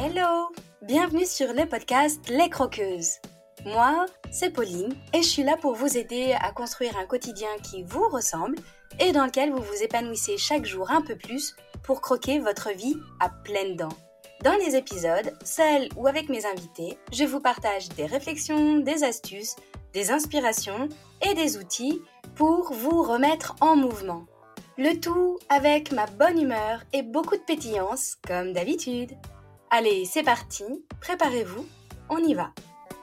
Hello! Bienvenue sur le podcast Les Croqueuses. Moi, c'est Pauline et je suis là pour vous aider à construire un quotidien qui vous ressemble et dans lequel vous vous épanouissez chaque jour un peu plus pour croquer votre vie à pleines dents. Dans les épisodes, seul ou avec mes invités, je vous partage des réflexions, des astuces, des inspirations et des outils pour vous remettre en mouvement. Le tout avec ma bonne humeur et beaucoup de pétillance, comme d'habitude. Allez, c'est parti, préparez-vous, on y va.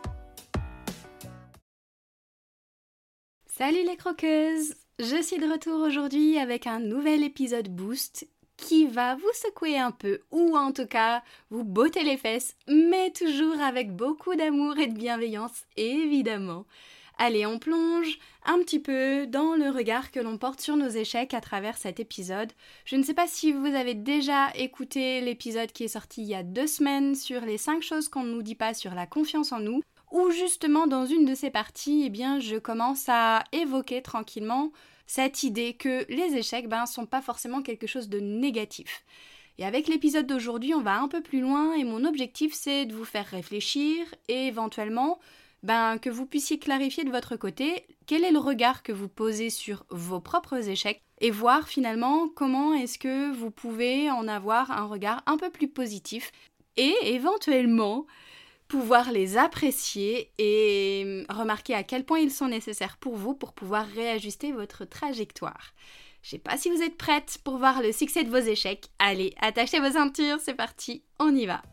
Salut les croqueuses! Je suis de retour aujourd'hui avec un nouvel épisode Boost qui va vous secouer un peu, ou en tout cas vous botter les fesses, mais toujours avec beaucoup d'amour et de bienveillance, évidemment. Allez, on plonge un petit peu dans le regard que l'on porte sur nos échecs à travers cet épisode. Je ne sais pas si vous avez déjà écouté l'épisode qui est sorti il y a 2 semaines sur les 5 choses qu'on ne nous dit pas sur la confiance en nous, où justement dans une de ces parties, je commence à évoquer tranquillement cette idée que les échecs sont pas forcément quelque chose de négatif. Et avec l'épisode d'aujourd'hui, on va un peu plus loin et mon objectif c'est de vous faire réfléchir et éventuellement que vous puissiez clarifier de votre côté quel est le regard que vous posez sur vos propres échecs et voir finalement comment est-ce que vous pouvez en avoir un regard un peu plus positif et éventuellement pouvoir les apprécier et remarquer à quel point ils sont nécessaires pour vous pour pouvoir réajuster votre trajectoire. Je sais pas si vous êtes prêtes pour voir le succès de vos échecs. Allez, attachez vos ceintures, c'est parti, on y va.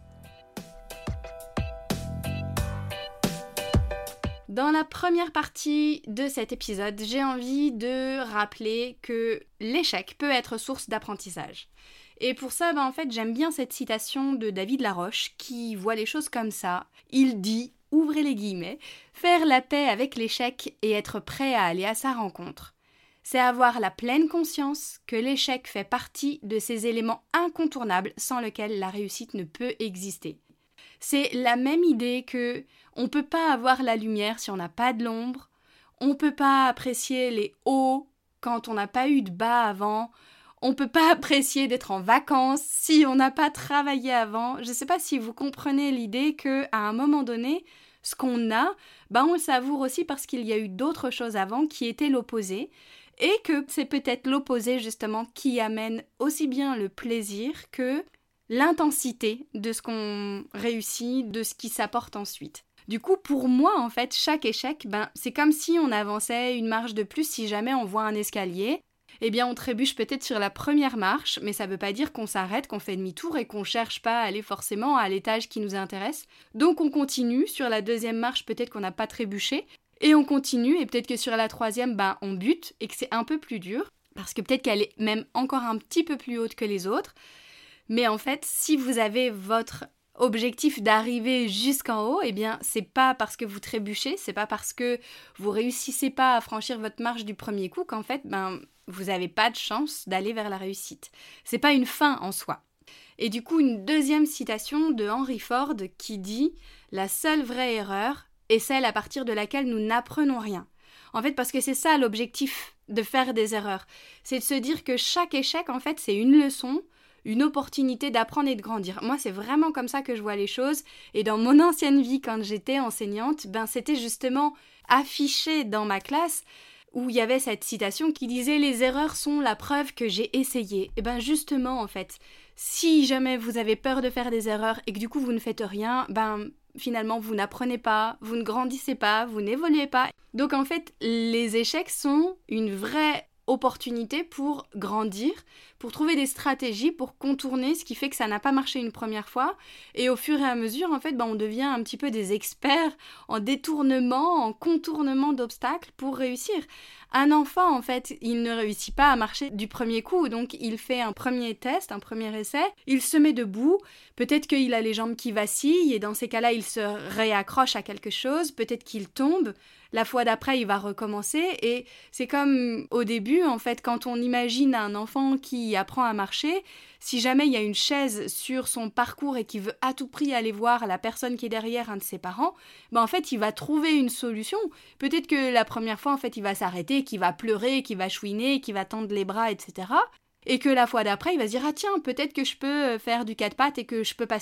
Dans la première partie de cet épisode, j'ai envie de rappeler que l'échec peut être source d'apprentissage. Et pour ça, en fait, j'aime bien cette citation de David Laroche qui voit les choses comme ça. Il dit, ouvrez les guillemets, « Faire la paix avec l'échec et être prêt à aller à sa rencontre. C'est avoir la pleine conscience que l'échec fait partie de ces éléments incontournables sans lesquels la réussite ne peut exister. » C'est la même idée que on peut pas avoir la lumière si on n'a pas de l'ombre, on peut pas apprécier les hauts quand on n'a pas eu de bas avant, on peut pas apprécier d'être en vacances si on n'a pas travaillé avant. Je sais pas si vous comprenez l'idée que à un moment donné, ce qu'on a, on le savoure aussi parce qu'il y a eu d'autres choses avant qui étaient l'opposé et que c'est peut-être l'opposé justement qui amène aussi bien le plaisir que l'intensité de ce qu'on réussit, de ce qui s'apporte ensuite. Du coup, pour moi, en fait, chaque échec, c'est comme si on avançait une marche de plus si jamais on voit un escalier. On trébuche peut-être sur la première marche, mais ça veut pas dire qu'on s'arrête, qu'on fait demi-tour et qu'on cherche pas à aller forcément à l'étage qui nous intéresse. Donc on continue, sur la deuxième marche, peut-être qu'on n'a pas trébuché, et on continue, et peut-être que sur la troisième, on bute, et que c'est un peu plus dur, parce que peut-être qu'elle est même encore un petit peu plus haute que les autres. Mais en fait, si vous avez votre objectif d'arriver jusqu'en haut, c'est pas parce que vous trébuchez, c'est pas parce que vous réussissez pas à franchir votre marche du premier coup qu'en fait, vous avez pas de chance d'aller vers la réussite. C'est pas une fin en soi. Et du coup, une deuxième citation de Henry Ford qui dit « La seule vraie erreur est celle à partir de laquelle nous n'apprenons rien ». En fait, parce que c'est ça l'objectif de faire des erreurs. C'est de se dire que chaque échec, en fait, c'est une leçon, une opportunité d'apprendre et de grandir. Moi, c'est vraiment comme ça que je vois les choses. Et dans mon ancienne vie, quand j'étais enseignante, c'était justement affiché dans ma classe où il y avait cette citation qui disait « Les erreurs sont la preuve que j'ai essayé ». Et justement, en fait, si jamais vous avez peur de faire des erreurs et que du coup vous ne faites rien, finalement vous n'apprenez pas, vous ne grandissez pas, vous n'évoluez pas. Donc en fait, les échecs sont une vraie opportunité pour grandir, pour trouver des stratégies, pour contourner ce qui fait que ça n'a pas marché une première fois. Et au fur et à mesure, en fait, on devient un petit peu des experts en détournement, en contournement d'obstacles pour réussir. Un enfant, en fait, il ne réussit pas à marcher du premier coup, donc il fait un premier test, un premier essai, il se met debout, peut-être qu'il a les jambes qui vacillent, et dans ces cas-là, il se réaccroche à quelque chose, peut-être qu'il tombe, la fois d'après, il va recommencer, et c'est comme au début, en fait, quand on imagine un enfant qui apprend à marcher, si jamais il y a une chaise sur son parcours et qu'il veut à tout prix aller voir la personne qui est derrière un de ses parents, en fait, il va trouver une solution. Peut-être que la première fois, en fait, il va s'arrêter, qu'il va pleurer, qu'il va chouiner, qu'il va tendre les bras, etc. Et que la fois d'après, il va se dire « Ah tiens, peut-être que je peux faire du 4 pattes et que je peux passer dessous ».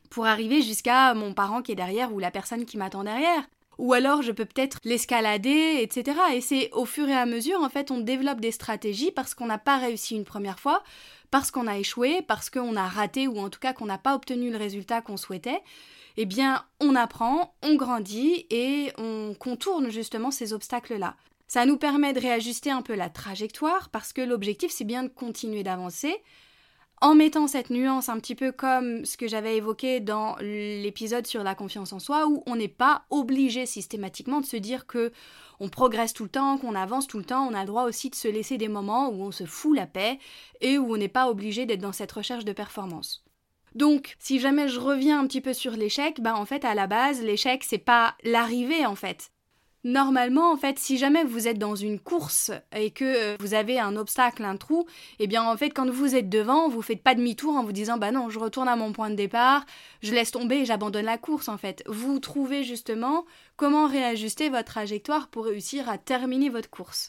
pour arriver jusqu'à mon parent qui est derrière ou la personne qui m'attend derrière. Ou alors je peux peut-être l'escalader, etc. Et c'est au fur et à mesure, en fait, on développe des stratégies parce qu'on n'a pas réussi une première fois, parce qu'on a échoué, parce qu'on a raté ou en tout cas qu'on n'a pas obtenu le résultat qu'on souhaitait. Eh bien, on apprend, on grandit et on contourne justement ces obstacles-là. Ça nous permet de réajuster un peu la trajectoire parce que l'objectif, c'est bien de continuer d'avancer en mettant cette nuance un petit peu comme ce que j'avais évoqué dans l'épisode sur la confiance en soi où on n'est pas obligé systématiquement de se dire que on progresse tout le temps, qu'on avance tout le temps, on a le droit aussi de se laisser des moments où on se fout la paix et où on n'est pas obligé d'être dans cette recherche de performance. Donc, si jamais je reviens un petit peu sur l'échec, en fait, à la base, l'échec, c'est pas l'arrivée, en fait. Normalement, en fait, si jamais vous êtes dans une course et que vous avez un obstacle, un trou, eh bien, en fait, quand vous êtes devant, vous faites pas demi-tour en vous disant « Bah non, je retourne à mon point de départ, je laisse tomber et j'abandonne la course, en fait. » Vous trouvez justement comment réajuster votre trajectoire pour réussir à terminer votre course.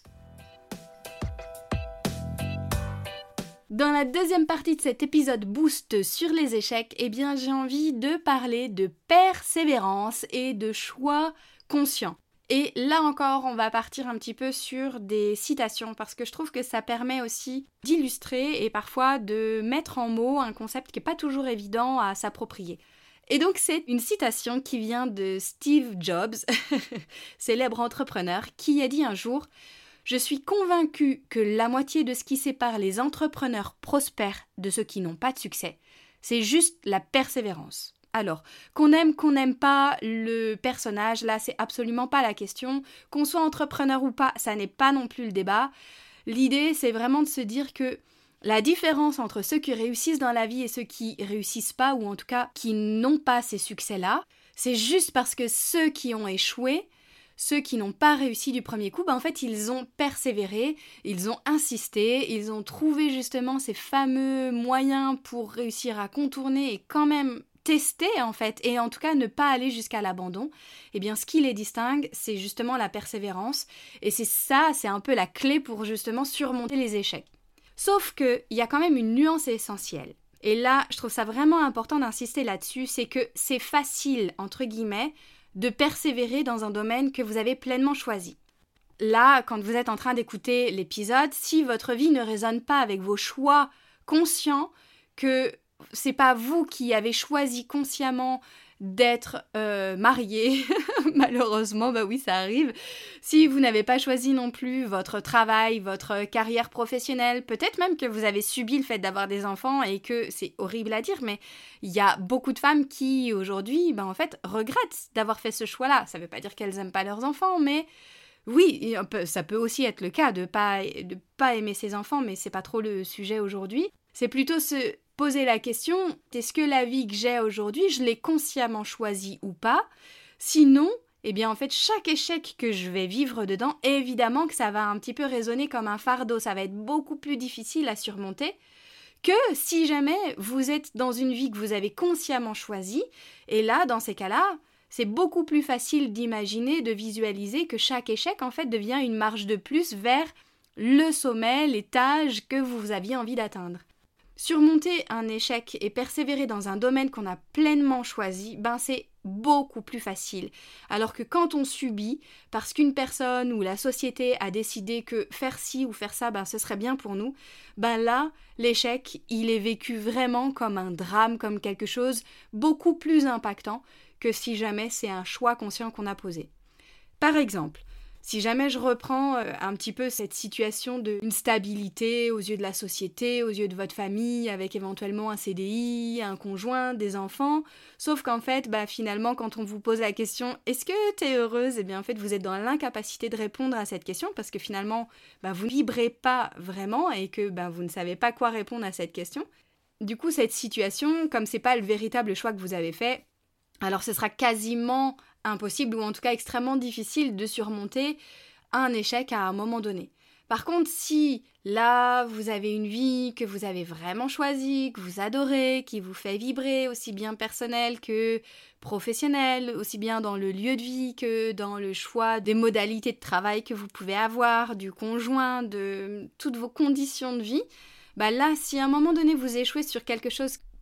Dans la deuxième partie de cet épisode boost sur les échecs, eh bien, j'ai envie de parler de persévérance et de choix conscients. Et là encore, on va partir un petit peu sur des citations parce que je trouve que ça permet aussi d'illustrer et parfois de mettre en mots un concept qui n'est pas toujours évident à s'approprier. Et donc c'est une citation qui vient de Steve Jobs, célèbre entrepreneur, qui a dit un jour « Je suis convaincu que la moitié de ce qui sépare les entrepreneurs prospères de ceux qui n'ont pas de succès, c'est juste la persévérance. » Alors, qu'on n'aime pas le personnage, là, c'est absolument pas la question. Qu'on soit entrepreneur ou pas, ça n'est pas non plus le débat. L'idée, c'est vraiment de se dire que la différence entre ceux qui réussissent dans la vie et ceux qui réussissent pas, ou en tout cas qui n'ont pas ces succès-là, c'est juste parce que ceux qui ont échoué, ceux qui n'ont pas réussi du premier coup, en fait, ils ont persévéré, ils ont insisté, ils ont trouvé justement ces fameux moyens pour réussir à contourner et quand même tester en fait, et en tout cas ne pas aller jusqu'à l'abandon. Eh bien, ce qui les distingue, c'est justement la persévérance, et c'est un peu la clé pour justement surmonter les échecs. Sauf qu'il y a quand même une nuance essentielle. Et là, je trouve ça vraiment important d'insister là-dessus, c'est que c'est facile, entre guillemets, de persévérer dans un domaine que vous avez pleinement choisi. Là, quand vous êtes en train d'écouter l'épisode, si votre vie ne résonne pas avec vos choix conscients, que c'est pas vous qui avez choisi consciemment d'être marié, malheureusement, oui, ça arrive. Si vous n'avez pas choisi non plus votre travail, votre carrière professionnelle, peut-être même que vous avez subi le fait d'avoir des enfants et que c'est horrible à dire, mais il y a beaucoup de femmes qui, aujourd'hui, en fait, regrettent d'avoir fait ce choix-là. Ça veut pas dire qu'elles aiment pas leurs enfants, mais oui, ça peut aussi être le cas de pas aimer ses enfants, mais c'est pas trop le sujet aujourd'hui. C'est plutôt se poser la question, est-ce que la vie que j'ai aujourd'hui, je l'ai consciemment choisie ou pas ? Sinon, eh bien en fait, chaque échec que je vais vivre dedans, évidemment que ça va un petit peu résonner comme un fardeau, ça va être beaucoup plus difficile à surmonter que si jamais vous êtes dans une vie que vous avez consciemment choisie, et là, dans ces cas-là, c'est beaucoup plus facile d'imaginer, de visualiser que chaque échec, en fait, devient une marche de plus vers le sommet, l'étage que vous aviez envie d'atteindre. Surmonter un échec et persévérer dans un domaine qu'on a pleinement choisi, c'est beaucoup plus facile. Alors que quand on subit, parce qu'une personne ou la société a décidé que faire ci ou faire ça, ce serait bien pour nous, là, l'échec, il est vécu vraiment comme un drame, comme quelque chose beaucoup plus impactant que si jamais c'est un choix conscient qu'on a posé. Par exemple, si jamais je reprends un petit peu cette situation d'une stabilité aux yeux de la société, aux yeux de votre famille, avec éventuellement un CDI, un conjoint, des enfants, sauf qu'en fait, finalement, quand on vous pose la question « Est-ce que tu es heureuse ?», eh bien en fait, vous êtes dans l'incapacité de répondre à cette question parce que finalement, vous ne vibrez pas vraiment et que vous ne savez pas quoi répondre à cette question. Du coup, cette situation, comme c'est pas le véritable choix que vous avez fait, alors ce sera quasiment impossible ou en tout cas extrêmement difficile de surmonter un échec à un moment donné. Par contre, si là vous avez une vie que vous avez vraiment choisie, que vous adorez, qui vous fait vibrer aussi bien personnel que professionnel, aussi bien dans le lieu de vie que dans le choix des modalités de travail que vous pouvez avoir, du conjoint, de toutes vos conditions de vie, là si à un moment donné vous échouez sur quelque chose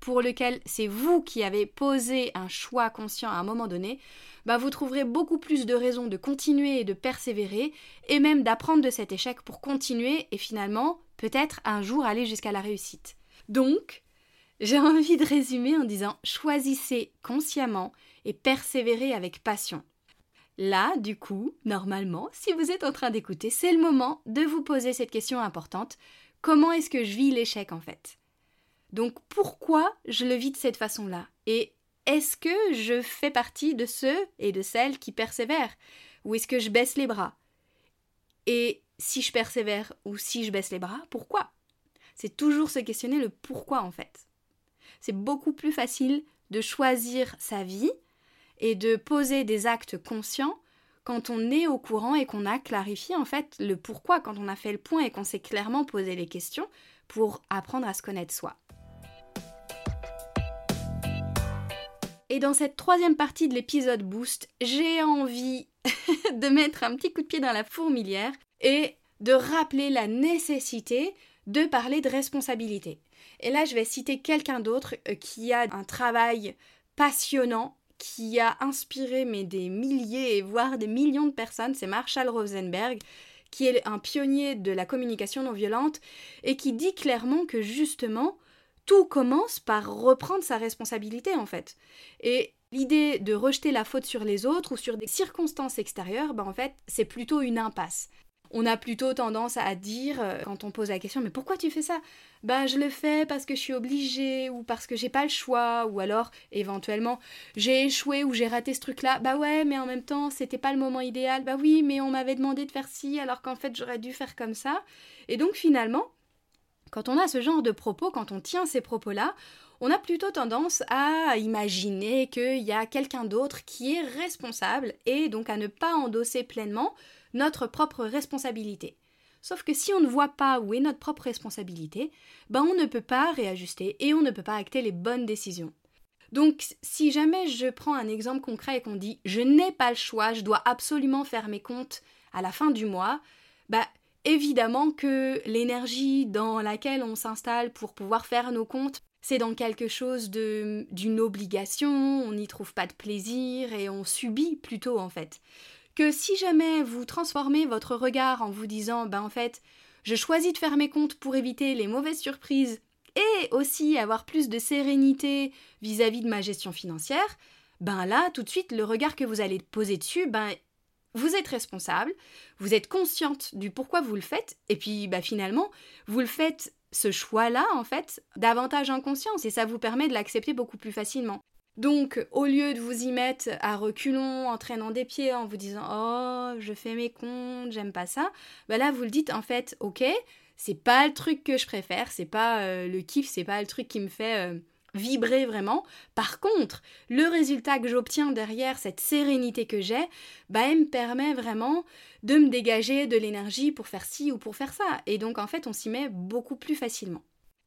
pour lequel c'est vous qui avez posé un choix conscient à un moment donné, vous trouverez beaucoup plus de raisons de continuer et de persévérer, et même d'apprendre de cet échec pour continuer et finalement, peut-être un jour aller jusqu'à la réussite. Donc, j'ai envie de résumer en disant choisissez consciemment et persévérez avec passion. Là, du coup, normalement, si vous êtes en train d'écouter, c'est le moment de vous poser cette question importante. Comment est-ce que je vis l'échec en fait ? Donc pourquoi je le vis de cette façon-là ? Et est-ce que je fais partie de ceux et de celles qui persévèrent ? Ou est-ce que je baisse les bras ? Et si je persévère ou si je baisse les bras, pourquoi ? C'est toujours se questionner le pourquoi en fait. C'est beaucoup plus facile de choisir sa vie et de poser des actes conscients quand on est au courant et qu'on a clarifié en fait le pourquoi, quand on a fait le point et qu'on s'est clairement posé les questions pour apprendre à se connaître soi. Et dans cette troisième partie de l'épisode Boost, j'ai envie de mettre un petit coup de pied dans la fourmilière et de rappeler la nécessité de parler de responsabilité. Et là, je vais citer quelqu'un d'autre qui a un travail passionnant, qui a inspiré des milliers, voire des millions de personnes, c'est Marshall Rosenberg, qui est un pionnier de la communication non violente et qui dit clairement que justement, tout commence par reprendre sa responsabilité en fait. Et l'idée de rejeter la faute sur les autres ou sur des circonstances extérieures, en fait, c'est plutôt une impasse. On a plutôt tendance à dire, quand on pose la question, mais pourquoi tu fais ça ? Je le fais parce que je suis obligée, ou parce que j'ai pas le choix, ou alors, éventuellement, j'ai échoué ou j'ai raté ce truc-là. Ouais, mais en même temps, c'était pas le moment idéal. Oui, mais on m'avait demandé de faire ci, alors qu'en fait, j'aurais dû faire comme ça. Et donc, finalement, quand on a ce genre de propos, quand on tient ces propos-là, on a plutôt tendance à imaginer qu'il y a quelqu'un d'autre qui est responsable et donc à ne pas endosser pleinement notre propre responsabilité. Sauf que si on ne voit pas où est notre propre responsabilité, on ne peut pas réajuster et on ne peut pas acter les bonnes décisions. Donc si jamais je prends un exemple concret et qu'on dit « je n'ai pas le choix, je dois absolument faire mes comptes à la fin du mois », évidemment que l'énergie dans laquelle on s'installe pour pouvoir faire nos comptes, c'est dans quelque chose d'une obligation, on n'y trouve pas de plaisir et on subit plutôt en fait. Que si jamais vous transformez votre regard en vous disant en fait, je choisis de faire mes comptes pour éviter les mauvaises surprises et aussi avoir plus de sérénité vis-à-vis de ma gestion financière, là, tout de suite, le regard que vous allez poser dessus, vous êtes responsable, vous êtes consciente du pourquoi vous le faites, et puis finalement, vous le faites, ce choix-là, en fait, davantage en conscience, et ça vous permet de l'accepter beaucoup plus facilement. Donc, au lieu de vous y mettre à reculons, en traînant des pieds, en vous disant « Oh, je fais mes comptes, j'aime pas ça », là, vous le dites en fait « Ok, c'est pas le truc que je préfère, c'est pas le kiff, c'est pas le truc qui me fait vibrer vraiment. Par contre, le résultat que j'obtiens derrière, cette sérénité que j'ai, elle me permet vraiment de me dégager de l'énergie pour faire ci ou pour faire ça. Et donc, en fait, on s'y met beaucoup plus facilement.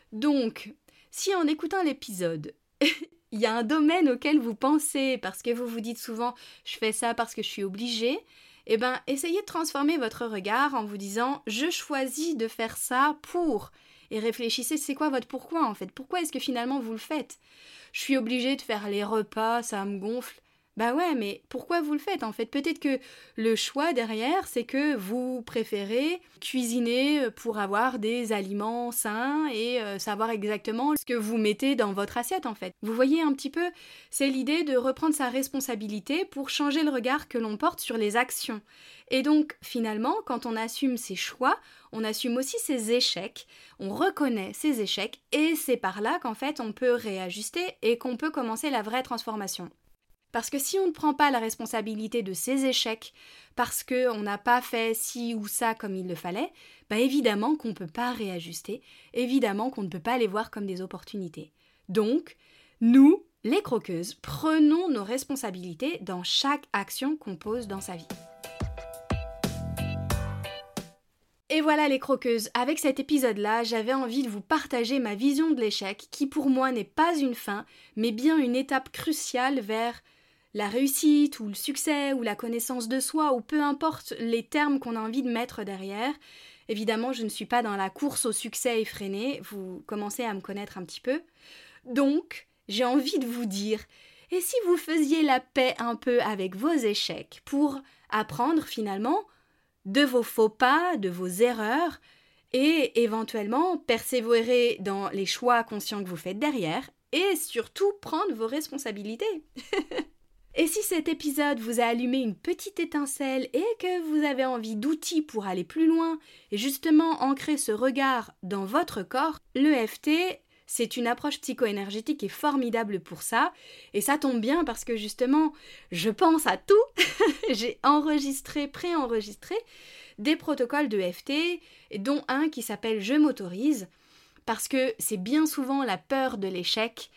Donc, si en écoutant l'épisode, il y a un domaine auquel vous pensez, parce que vous vous dites souvent « je fais ça parce que je suis obligée », essayez de transformer votre regard en vous disant « je choisis de faire ça pour ». Et réfléchissez, c'est quoi votre pourquoi en fait ? Pourquoi est-ce que finalement vous le faites ? Je suis obligée de faire les repas, ça me gonfle. Ouais, mais pourquoi vous le faites en fait ? Peut-être que le choix derrière, c'est que vous préférez cuisiner pour avoir des aliments sains et savoir exactement ce que vous mettez dans votre assiette en fait. Vous voyez un petit peu, c'est l'idée de reprendre sa responsabilité pour changer le regard que l'on porte sur les actions. Et donc finalement, quand on assume ses choix, on assume aussi ses échecs, on reconnaît ses échecs et c'est par là qu'en fait on peut réajuster et qu'on peut commencer la vraie transformation. Parce que si on ne prend pas la responsabilité de ses échecs, parce qu'on n'a pas fait ci ou ça comme il le fallait, évidemment qu'on ne peut pas réajuster, évidemment qu'on ne peut pas les voir comme des opportunités. Donc, nous, les croqueuses, prenons nos responsabilités dans chaque action qu'on pose dans sa vie. Et voilà les croqueuses, avec cet épisode-là, j'avais envie de vous partager ma vision de l'échec, qui pour moi n'est pas une fin, mais bien une étape cruciale vers la réussite, ou le succès, ou la connaissance de soi, ou peu importe les termes qu'on a envie de mettre derrière. Évidemment, je ne suis pas dans la course au succès effréné, vous commencez à me connaître un petit peu. Donc, j'ai envie de vous dire, et si vous faisiez la paix un peu avec vos échecs pour apprendre finalement de vos faux pas, de vos erreurs, et éventuellement persévérer dans les choix conscients que vous faites derrière, et surtout prendre vos responsabilités. Et si cet épisode vous a allumé une petite étincelle et que vous avez envie d'outils pour aller plus loin et justement ancrer ce regard dans votre corps, l'EFT, c'est une approche psycho-énergétique et formidable pour ça. Et ça tombe bien parce que justement, je pense à tout. J'ai préenregistré des protocoles d'EFT, dont un qui s'appelle « Je m'autorise », parce que c'est bien souvent la peur de l'échec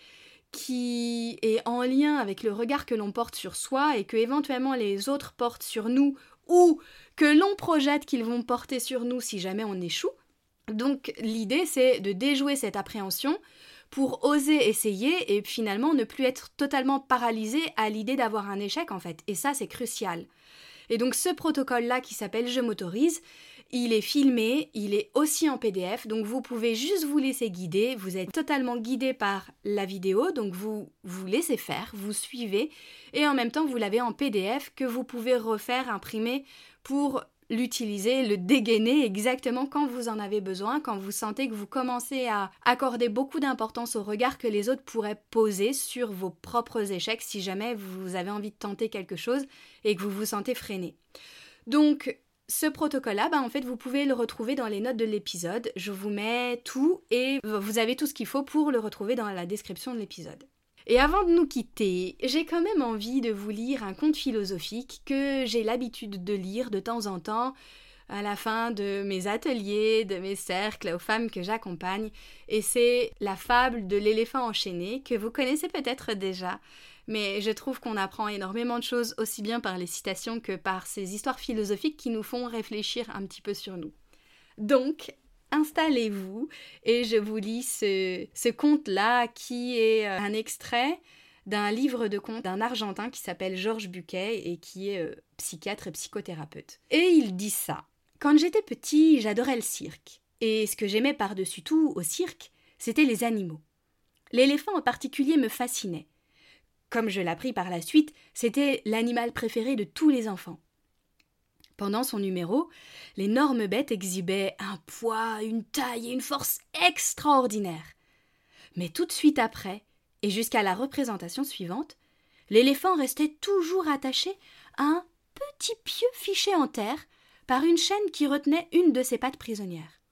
qui est en lien avec le regard que l'on porte sur soi et que éventuellement les autres portent sur nous ou que l'on projette qu'ils vont porter sur nous si jamais on échoue. Donc l'idée c'est de déjouer cette appréhension pour oser essayer et finalement ne plus être totalement paralysé à l'idée d'avoir un échec en fait. Et ça c'est crucial. Et donc ce protocole-là qui s'appelle « Je m'autorise », il est filmé, il est aussi en PDF, donc vous pouvez juste vous laisser guider, vous êtes totalement guidé par la vidéo, donc vous vous laissez faire, vous suivez, et en même temps vous l'avez en PDF que vous pouvez refaire, imprimer pour l'utiliser, le dégainer exactement quand vous en avez besoin, quand vous sentez que vous commencez à accorder beaucoup d'importance au regard que les autres pourraient poser sur vos propres échecs si jamais vous avez envie de tenter quelque chose et que vous vous sentez freiné. Donc, ce protocole-là, en fait, vous pouvez le retrouver dans les notes de l'épisode. Je vous mets tout et vous avez tout ce qu'il faut pour le retrouver dans la description de l'épisode. Et avant de nous quitter, j'ai quand même envie de vous lire un conte philosophique que j'ai l'habitude de lire de temps en temps à la fin de mes ateliers, de mes cercles aux femmes que j'accompagne. Et c'est la fable de l'éléphant enchaîné que vous connaissez peut-être déjà. Mais je trouve qu'on apprend énormément de choses aussi bien par les citations que par ces histoires philosophiques qui nous font réfléchir un petit peu sur nous. Donc, installez-vous et je vous lis ce conte-là qui est un extrait d'un livre de contes d'un Argentin qui s'appelle Georges Buquet et qui est psychiatre et psychothérapeute. Et il dit ça. « Quand j'étais petit, j'adorais le cirque. Et ce que j'aimais par-dessus tout au cirque, c'était les animaux. L'éléphant en particulier me fascinait. Comme je l'appris par la suite, c'était l'animal préféré de tous les enfants. Pendant son numéro, l'énorme bête exhibait un poids, une taille et une force extraordinaires. Mais tout de suite après, et jusqu'à la représentation suivante, l'éléphant restait toujours attaché à un petit pieu fiché en terre par une chaîne qui retenait une de ses pattes prisonnières.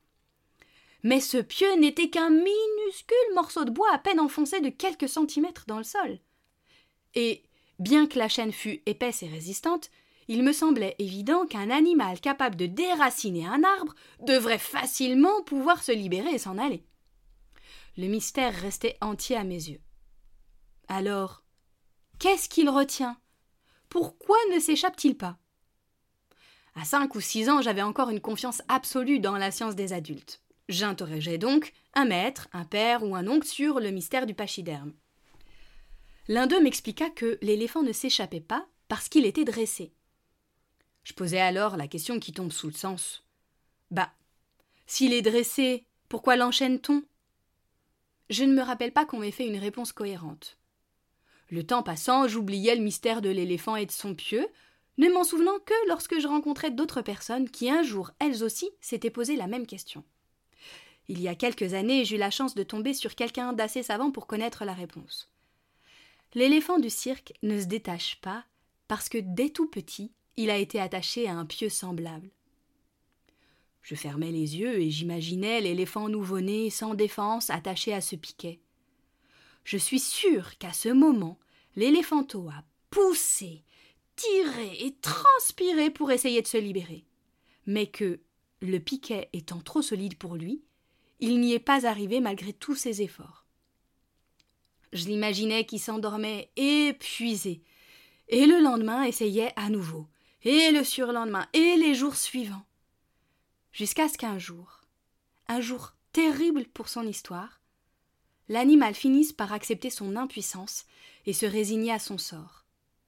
Mais ce pieu n'était qu'un minuscule morceau de bois à peine enfoncé de quelques centimètres dans le sol. Et, bien que la chaîne fût épaisse et résistante, il me semblait évident qu'un animal capable de déraciner un arbre devrait facilement pouvoir se libérer et s'en aller. Le mystère restait entier à mes yeux. Alors, qu'est-ce qu'il retient ? Pourquoi ne s'échappe-t-il pas ? À 5 ou 6 ans, j'avais encore une confiance absolue dans la science des adultes. J'interrogeais donc un maître, un père ou un oncle sur le mystère du pachyderme. L'un d'eux m'expliqua que l'éléphant ne s'échappait pas parce qu'il était dressé. Je posais alors la question qui tombe sous le sens. S'il est dressé, pourquoi l'enchaîne-t-on ? Je ne me rappelle pas qu'on m'ait fait une réponse cohérente. Le temps passant, j'oubliais le mystère de l'éléphant et de son pieu, ne m'en souvenant que lorsque je rencontrais d'autres personnes qui un jour, elles aussi, s'étaient posé la même question. Il y a quelques années, j'eus la chance de tomber sur quelqu'un d'assez savant pour connaître la réponse. L'éléphant du cirque ne se détache pas parce que dès tout petit, il a été attaché à un pieu semblable. Je fermais les yeux et j'imaginais l'éléphant nouveau-né sans défense attaché à ce piquet. Je suis sûre qu'à ce moment, l'éléphanto a poussé, tiré et transpiré pour essayer de se libérer, mais que, le piquet étant trop solide pour lui, il n'y est pas arrivé malgré tous ses efforts. Je l'imaginais qui s'endormait épuisé, et le lendemain essayait à nouveau, et le surlendemain, et les jours suivants. Jusqu'à ce qu'un jour terrible pour son histoire, l'animal finisse par accepter son impuissance et se résigner à son sort.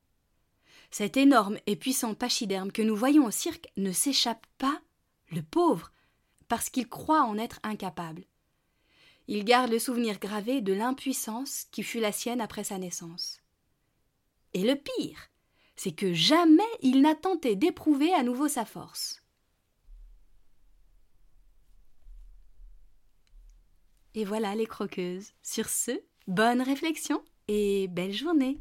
Cet énorme et puissant pachyderme que nous voyons au cirque ne s'échappe pas, le pauvre, parce qu'il croit en être incapable. Il garde le souvenir gravé de l'impuissance qui fut la sienne après sa naissance. Et le pire, c'est que jamais il n'a tenté d'éprouver à nouveau sa force. Et voilà les croqueuses. Sur ce, bonne réflexion et belle journée.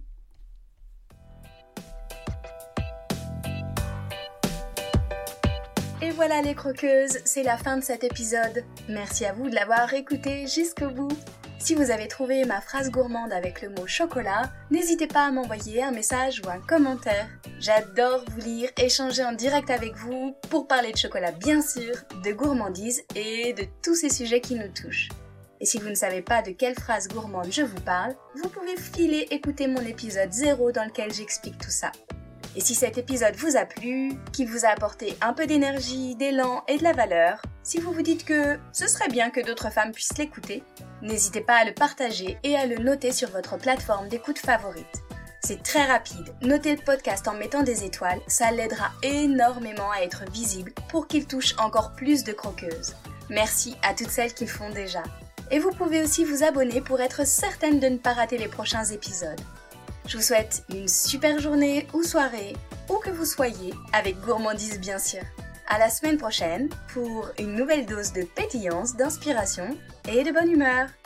Et voilà les croqueuses, c'est la fin de cet épisode. Merci à vous de l'avoir écouté jusqu'au bout. Si vous avez trouvé ma phrase gourmande avec le mot chocolat, n'hésitez pas à m'envoyer un message ou un commentaire. J'adore vous lire, échanger en direct avec vous pour parler de chocolat bien sûr, de gourmandise et de tous ces sujets qui nous touchent. Et si vous ne savez pas de quelle phrase gourmande je vous parle, vous pouvez filer écouter mon épisode 0 dans lequel j'explique tout ça. Et si cet épisode vous a plu, qu'il vous a apporté un peu d'énergie, d'élan et de la valeur, si vous vous dites que ce serait bien que d'autres femmes puissent l'écouter, n'hésitez pas à le partager et à le noter sur votre plateforme d'écoute favorite. C'est très rapide, notez le podcast en mettant des étoiles, ça l'aidera énormément à être visible pour qu'il touche encore plus de croqueuses. Merci à toutes celles qui le font déjà. Et vous pouvez aussi vous abonner pour être certaine de ne pas rater les prochains épisodes. Je vous souhaite une super journée ou soirée, où que vous soyez, avec gourmandise bien sûr. À la semaine prochaine pour une nouvelle dose de pétillance, d'inspiration et de bonne humeur.